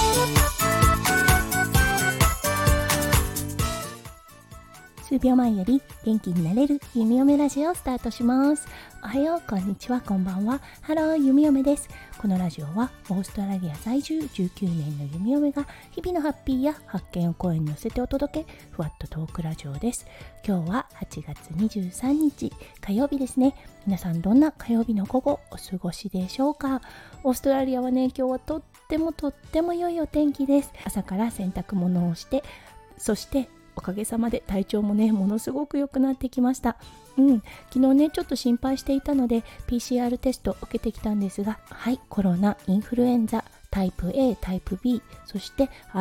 数秒前より元気になれる弓嫁ラジオをスタートします。おはよう、こんにちは、こんばんは。ハロー、弓嫁です。このラジオはオーストラリア在住19年の弓嫁が日々のハッピーや発見を声に乗せてお届け、ふわっとトークラジオです。今日は8月23日火曜日ですね。皆さんどんな火曜日の午後お過ごしでしょうか。オーストラリアはね、今日はとっても良いお天気です。朝から洗濯物をして、そしておかげさまで体調もねものすごく良くなってきました。昨日ねちょっと心配していたので PCR テストを受けてきたんですが、はい、コロナ、インフルエンザ、タイプ A、タイプ B、そして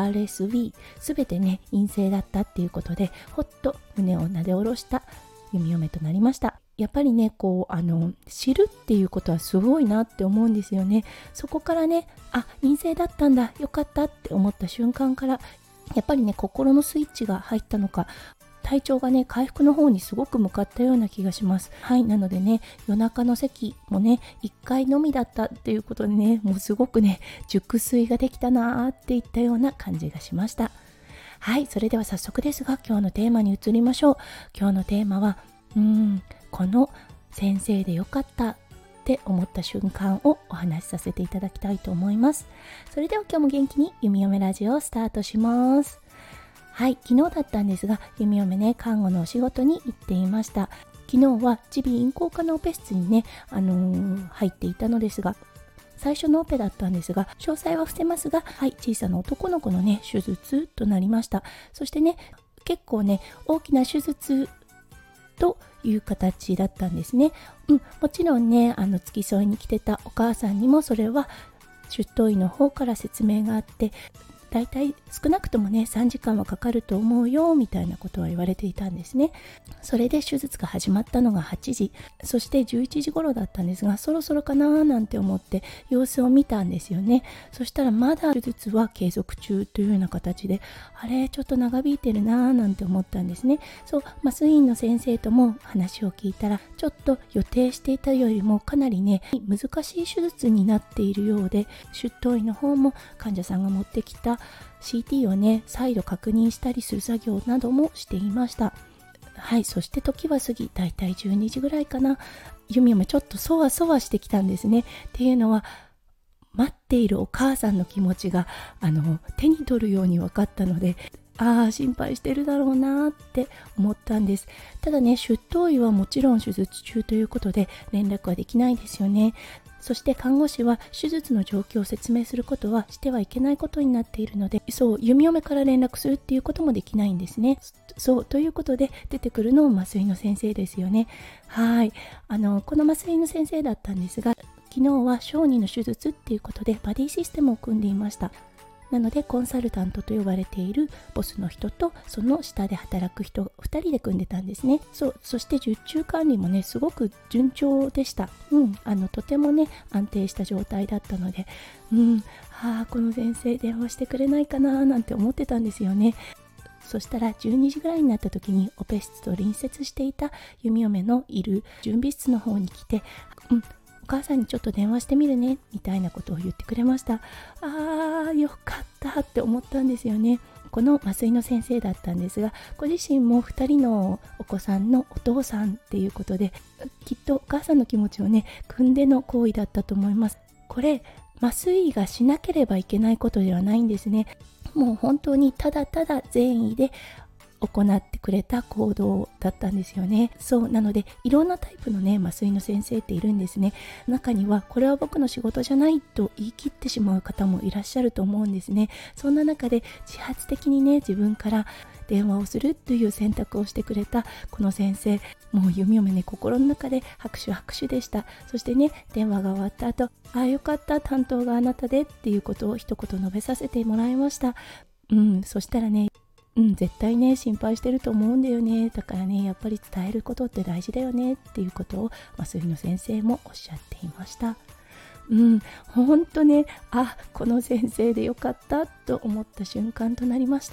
RSV すべてね陰性だったっていうことで、ほっと胸をなで下ろした弓嫁となりました。やっぱりね知るっていうことはすごいなって思うんですよね。そこからね、陰性だったんだ、よかったって思った瞬間からやっぱりね心のスイッチが入ったのか、体調がね回復の方にすごく向かったような気がします。はい、なのでね夜中の席もね1回のみだったっていうことでね、もうすごくね熟睡ができたなーっていったような感じがしました。はい、それでは早速ですが今日のテーマに移りましょう。今日のテーマはこの先生でよかったって思った瞬間をお話しさせていただきたいと思います。それでは今日も元気に弓嫁ラジオをスタートします。はい、昨日だったんですが弓嫁ね看護のお仕事に行っていました。昨日は耳鼻咽喉科のオペ室にね、入っていたのですが、最初のオペだったんですが、詳細は伏せますが、はい、小さな男の子のね手術となりました。そしてね結構ね大きな手術という形だったんですね。もちろんね付き添いに来てたお母さんにもそれは出頭医の方から説明があって、だいたい少なくともね3時間はかかると思うよみたいなことは言われていたんですね。それで手術が始まったのが8時、そして11時頃だったんですが、そろそろかななんて思って様子を見たんですよね。そしたらまだ手術は継続中というような形で、あれちょっと長引いてるななんて思ったんですね。麻酔院の先生とも話を聞いたら、ちょっと予定していたよりもかなりね難しい手術になっているようで、出頭医の方も患者さんが持ってきたCT をね再度確認したりする作業などもしていました。はい、そして時は過ぎ、だいたい12時ぐらいかな。弓もちょっとそわそわしてきたんですね。っていうのは待っているお母さんの気持ちが手に取るように分かったので、心配してるだろうなって思ったんです。ただね出頭医はもちろん手術中ということで連絡はできないですよね。そして看護師は手術の状況を説明することはしてはいけないことになっているので、弓嫁から連絡するっていうこともできないんですね。ということで出てくるのも麻酔の先生ですよね。はい、この麻酔の先生だったんですが、昨日は小児の手術っていうことでバディシステムを組んでいました。なのでコンサルタントと呼ばれているボスの人とその下で働く人2人で組んでたんですね。そして受注管理もねすごく順調でした。とてもね安定した状態だったので、この先生電話してくれないかななんて思ってたんですよね。そしたら12時ぐらいになった時にオペ室と隣接していた弓嫁のいる準備室の方に来て、お母さんにちょっと電話してみるねみたいなことを言ってくれました。よかったって思ったんですよね。この麻酔の先生だったんですが、ご自身も2人のお子さんのお父さんっていうことで、きっとお母さんの気持ちをね汲んでの行為だったと思います。これ麻酔がしなければいけないことではないんですね。もう本当にただただ善意で行ってくれた行動だったんですよね。なのでいろんなタイプのね麻酔の先生っているんですね。中にはこれは僕の仕事じゃないと言い切ってしまう方もいらっしゃると思うんですね。そんな中で自発的にね自分から電話をするという選択をしてくれたこの先生、もう弓嫁ね心の中で拍手でした。そしてね電話が終わった後、よかった担当があなたでっていうことを一言述べさせてもらいました。そしたらね絶対ね心配してると思うんだよね、だからねやっぱり伝えることって大事だよねっていうことを麻酔の先生もおっしゃっていました。ほんとねこの先生でよかったと思った瞬間となりました。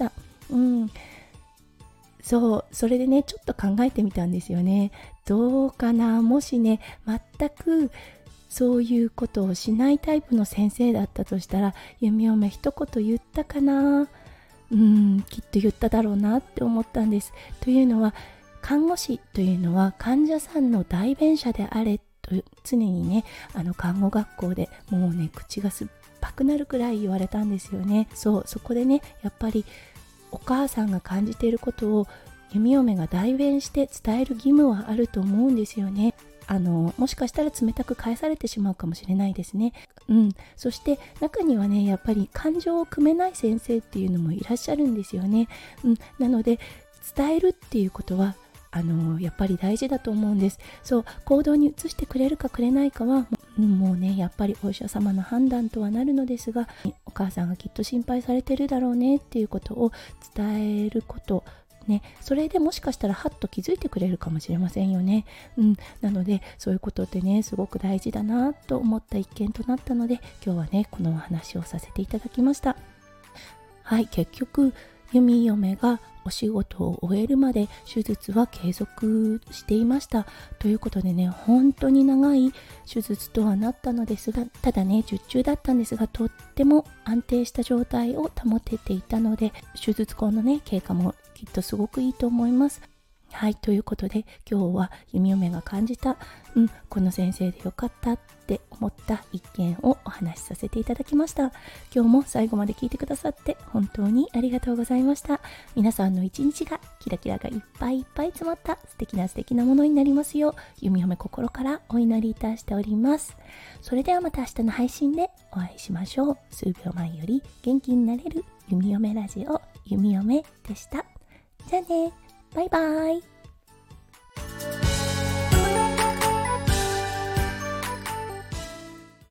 それでねちょっと考えてみたんですよね。どうかな、もしね全くそういうことをしないタイプの先生だったとしたら、弓嫁一言言ったかな。きっと言っただろうなって思ったんです。というのは、看護師というのは患者さんの代弁者であれと常にね、看護学校でもうね、口が酸っぱくなるくらい言われたんですよね。そこでね、やっぱりお母さんが感じていることを弓嫁が代弁して伝える義務はあると思うんですよね。もしかしたら冷たく返されてしまうかもしれないですね。そして中にはね、やっぱり感情を汲めない先生っていうのもいらっしゃるんですよね。なので伝えるっていうことはやっぱり大事だと思うんです。行動に移してくれるかくれないかはもうね、やっぱりお医者様の判断とはなるのですが、お母さんがきっと心配されてるだろうねっていうことを伝えることね、それでもしかしたらハッと気づいてくれるかもしれませんよね。なのでそういうことってね、すごく大事だなと思った一件となったので、今日はね、このお話をさせていただきました。はい、結局弓嫁がお仕事を終えるまで手術は継続していました。ということでね、本当に長い手術とはなったのですが、ただね、術中だったんですが、とっても安定した状態を保てていたので、手術後のね、経過もきっとすごくいいと思います。はい、ということで今日は弓嫁が感じた、この先生でよかったって思った一件をお話しさせていただきました。今日も最後まで聞いてくださって本当にありがとうございました。皆さんの一日がキラキラがいっぱいいっぱい詰まった素敵なものになりますよう、弓嫁心からお祈りいたしております。それではまた明日の配信でお会いしましょう。数秒前より元気になれる弓嫁ラジオ、弓嫁でした。じゃあね、バイバイ。